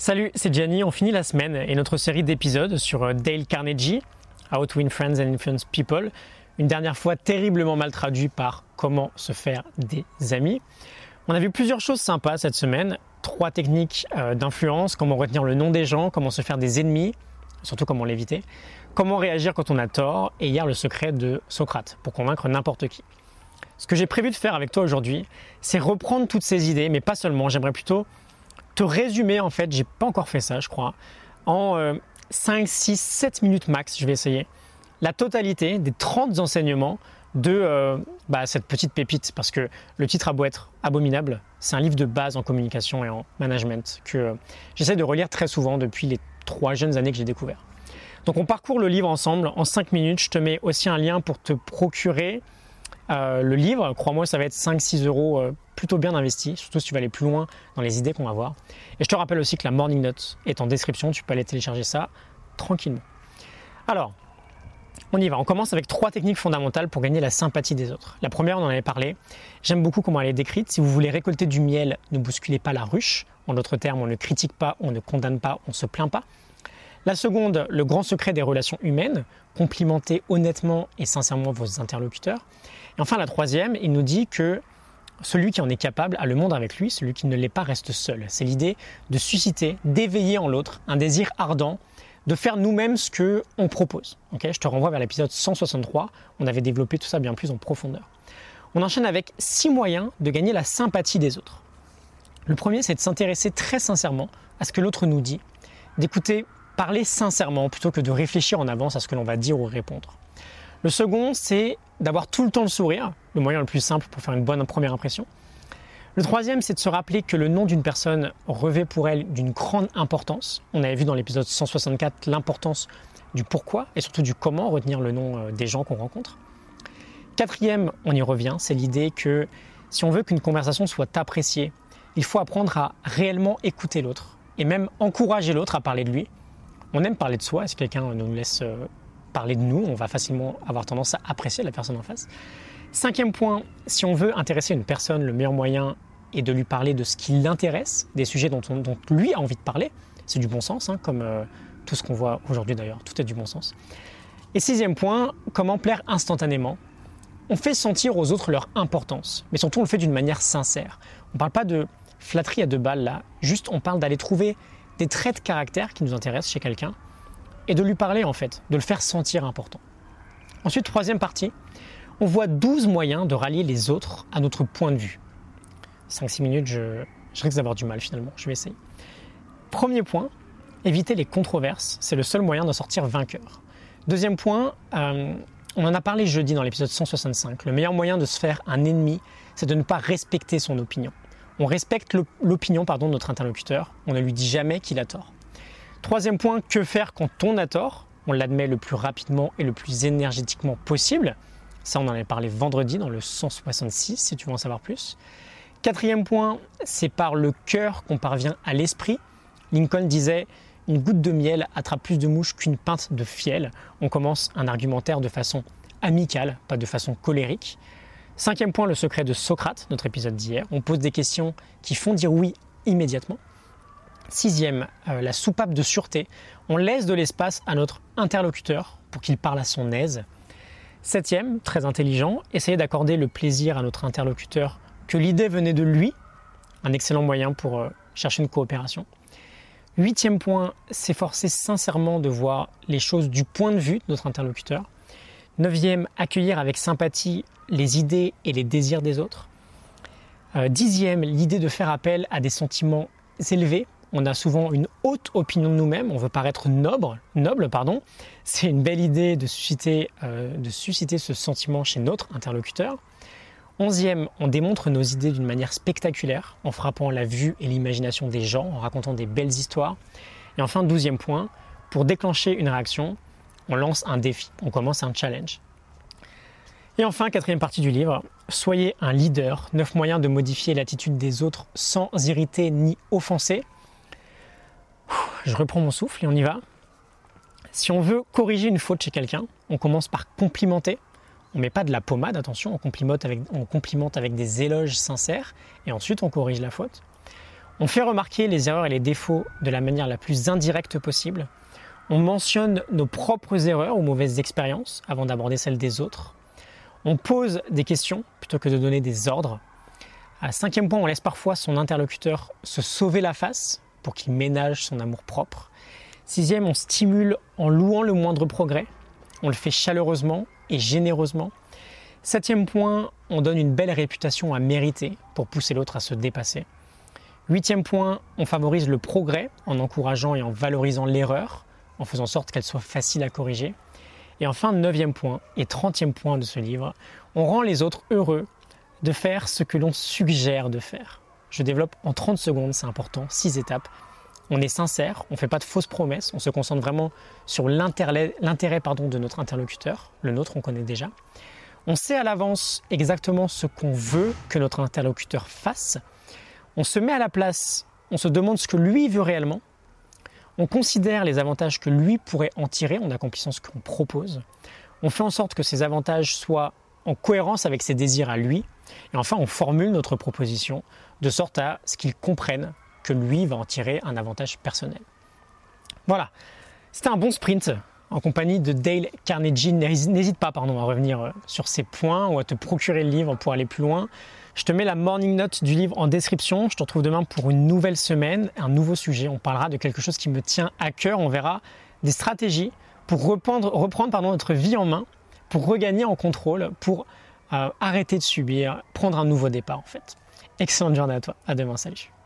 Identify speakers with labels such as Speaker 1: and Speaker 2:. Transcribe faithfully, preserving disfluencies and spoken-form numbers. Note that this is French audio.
Speaker 1: Salut, c'est Gianni, on finit la semaine et notre série d'épisodes sur Dale Carnegie, How to Win Friends and Influence People, une dernière fois terriblement mal traduit par Comment se faire des amis. On a vu plusieurs choses sympas cette semaine, trois techniques euh, d'influence, comment retenir le nom des gens, comment se faire des ennemis, surtout comment l'éviter, comment réagir quand on a tort, et hier le secret de Socrate pour convaincre n'importe qui. Ce que j'ai prévu de faire avec toi aujourd'hui, c'est reprendre toutes ces idées, mais pas seulement, j'aimerais plutôt te résumer, en fait, j'ai pas encore fait ça, je crois, en euh, cinq, six, sept minutes max, je vais essayer, la totalité des trente enseignements de euh, bah, cette petite pépite, parce que le titre a beau être abominable, c'est un livre de base en communication et en management que euh, j'essaie de relire très souvent depuis les trois jeunes années que j'ai découvert. Donc on parcourt le livre ensemble en cinq minutes, je te mets aussi un lien pour te procurer Euh, le livre, crois-moi, ça va être cinq six euros euh, plutôt bien investi, surtout si tu vas aller plus loin dans les idées qu'on va voir. Et je te rappelle aussi que la Morning Note est en description, tu peux aller télécharger ça tranquillement. Alors, on y va. On commence avec trois techniques fondamentales pour gagner la sympathie des autres. La première, on en avait parlé. J'aime beaucoup comment elle est décrite. Si vous voulez récolter du miel, ne bousculez pas la ruche. En d'autres termes, on ne critique pas, on ne condamne pas, on ne se plaint pas. La seconde, le grand secret des relations humaines, complimentez honnêtement et sincèrement vos interlocuteurs. Et enfin, la troisième, il nous dit que celui qui en est capable a le monde avec lui, celui qui ne l'est pas reste seul. C'est l'idée de susciter, d'éveiller en l'autre un désir ardent, de faire nous-mêmes ce qu'on propose. Okay, je te renvoie vers l'épisode cent soixante-trois, on avait développé tout ça bien plus en profondeur. On enchaîne avec six moyens de gagner la sympathie des autres. Le premier, c'est de s'intéresser très sincèrement à ce que l'autre nous dit, d'écouter parler sincèrement plutôt que de réfléchir en avance à ce que l'on va dire ou répondre. Le second, c'est d'avoir tout le temps le sourire, le moyen le plus simple pour faire une bonne première impression. Le troisième, c'est de se rappeler que le nom d'une personne revêt pour elle d'une grande importance. On avait vu dans l'épisode cent soixante-quatre l'importance du pourquoi et surtout du comment retenir le nom des gens qu'on rencontre. Quatrième, on y revient, c'est l'idée que si on veut qu'une conversation soit appréciée, il faut apprendre à réellement écouter l'autre et même encourager l'autre à parler de lui. On aime parler de soi, si quelqu'un nous laisse parler de nous, on va facilement avoir tendance à apprécier la personne en face. Cinquième point, si on veut intéresser une personne, le meilleur moyen est de lui parler de ce qui l'intéresse, des sujets dont, on, dont lui a envie de parler. C'est du bon sens, hein, comme euh, tout ce qu'on voit aujourd'hui d'ailleurs, tout est du bon sens. Et sixième point, comment plaire instantanément. On fait sentir aux autres leur importance, mais surtout on le fait d'une manière sincère. On ne parle pas de flatterie à deux balles là, juste on parle d'aller trouver des traits de caractère qui nous intéressent chez quelqu'un et de lui parler en fait, de le faire sentir important. Ensuite, troisième partie, on voit douze moyens de rallier les autres à notre point de vue. cinq six minutes, je, je risque d'avoir du mal finalement, je vais essayer. Premier point, éviter les controverses, c'est le seul moyen d'en sortir vainqueur. Deuxième point, euh, on en a parlé jeudi dans l'épisode cent soixante-cinq, le meilleur moyen de se faire un ennemi, c'est de ne pas respecter son opinion. On respecte l'opinion pardon, de notre interlocuteur, on ne lui dit jamais qu'il a tort. Troisième point, que faire quand on a tort ? On l'admet le plus rapidement et le plus énergétiquement possible. Ça, on en avait parlé vendredi dans le cent soixante-six, si tu veux en savoir plus. Quatrième point, c'est par le cœur qu'on parvient à l'esprit. Lincoln disait « Une goutte de miel attrape plus de mouches qu'une pinte de fiel ». On commence un argumentaire de façon amicale, pas de façon colérique. Cinquième point, le secret de Socrate, notre épisode d'hier. On pose des questions qui font dire oui immédiatement. Sixième, euh, la soupape de sûreté. On laisse de l'espace à notre interlocuteur pour qu'il parle à son aise. Septième, très intelligent, essayer d'accorder le plaisir à notre interlocuteur que l'idée venait de lui. Un excellent moyen pour euh, chercher une coopération. Huitième point, s'efforcer sincèrement de voir les choses du point de vue de notre interlocuteur. Neuvième, accueillir avec sympathie les idées et les désirs des autres. Euh, dixième, l'idée de faire appel à des sentiments élevés. On a souvent une haute opinion de nous-mêmes, on veut paraître noble, noble pardon. C'est une belle idée de susciter, euh, de susciter ce sentiment chez notre interlocuteur. Onzième, on démontre nos idées d'une manière spectaculaire, en frappant la vue et l'imagination des gens, en racontant des belles histoires. Et enfin, douzième point, pour déclencher une réaction, on lance un défi, on commence un challenge. Et enfin, quatrième partie du livre, soyez un leader, neuf moyens de modifier l'attitude des autres sans irriter ni offenser. Je reprends mon souffle et on y va. Si on veut corriger une faute chez quelqu'un, on commence par complimenter. On ne met pas de la pommade, attention, on complimente avec, on complimente avec des éloges sincères et ensuite on corrige la faute. On fait remarquer les erreurs et les défauts de la manière la plus indirecte possible. On mentionne nos propres erreurs ou mauvaises expériences avant d'aborder celles des autres. On pose des questions plutôt que de donner des ordres. À cinquième point, on laisse parfois son interlocuteur se sauver la face pour qu'il ménage son amour-propre. Sixième, on stimule en louant le moindre progrès. On le fait chaleureusement et généreusement. Septième point, on donne une belle réputation à mériter pour pousser l'autre à se dépasser. Huitième point, on favorise le progrès en encourageant et en valorisant l'erreur, en faisant en sorte qu'elle soit facile à corriger. Et enfin, neuvième point et trentième point de ce livre, on rend les autres heureux de faire ce que l'on suggère de faire. Je développe en trente secondes, c'est important, six étapes. On est sincère, on ne fait pas de fausses promesses, on se concentre vraiment sur l'intérêt, l'intérêt pardon, de notre interlocuteur, le nôtre on connaît déjà. On sait à l'avance exactement ce qu'on veut que notre interlocuteur fasse. On se met à la place, on se demande ce que lui veut réellement. On considère les avantages que lui pourrait en tirer en accomplissant ce qu'on propose. On fait en sorte que ces avantages soient en cohérence avec ses désirs à lui. Et enfin, on formule notre proposition de sorte à ce qu'il comprenne que lui va en tirer un avantage personnel. Voilà, c'était un bon sprint en compagnie de Dale Carnegie. N'hésite pas pardon, à revenir sur ces points ou à te procurer le livre pour aller plus loin. Je te mets la morning note du livre en description. Je te retrouve demain pour une nouvelle semaine, un nouveau sujet. On parlera de quelque chose qui me tient à cœur. On verra des stratégies pour reprendre, reprendre pardon, notre vie en main, pour regagner en contrôle, pour euh, arrêter de subir, prendre un nouveau départ en fait. Excellente journée à toi. À demain. Salut.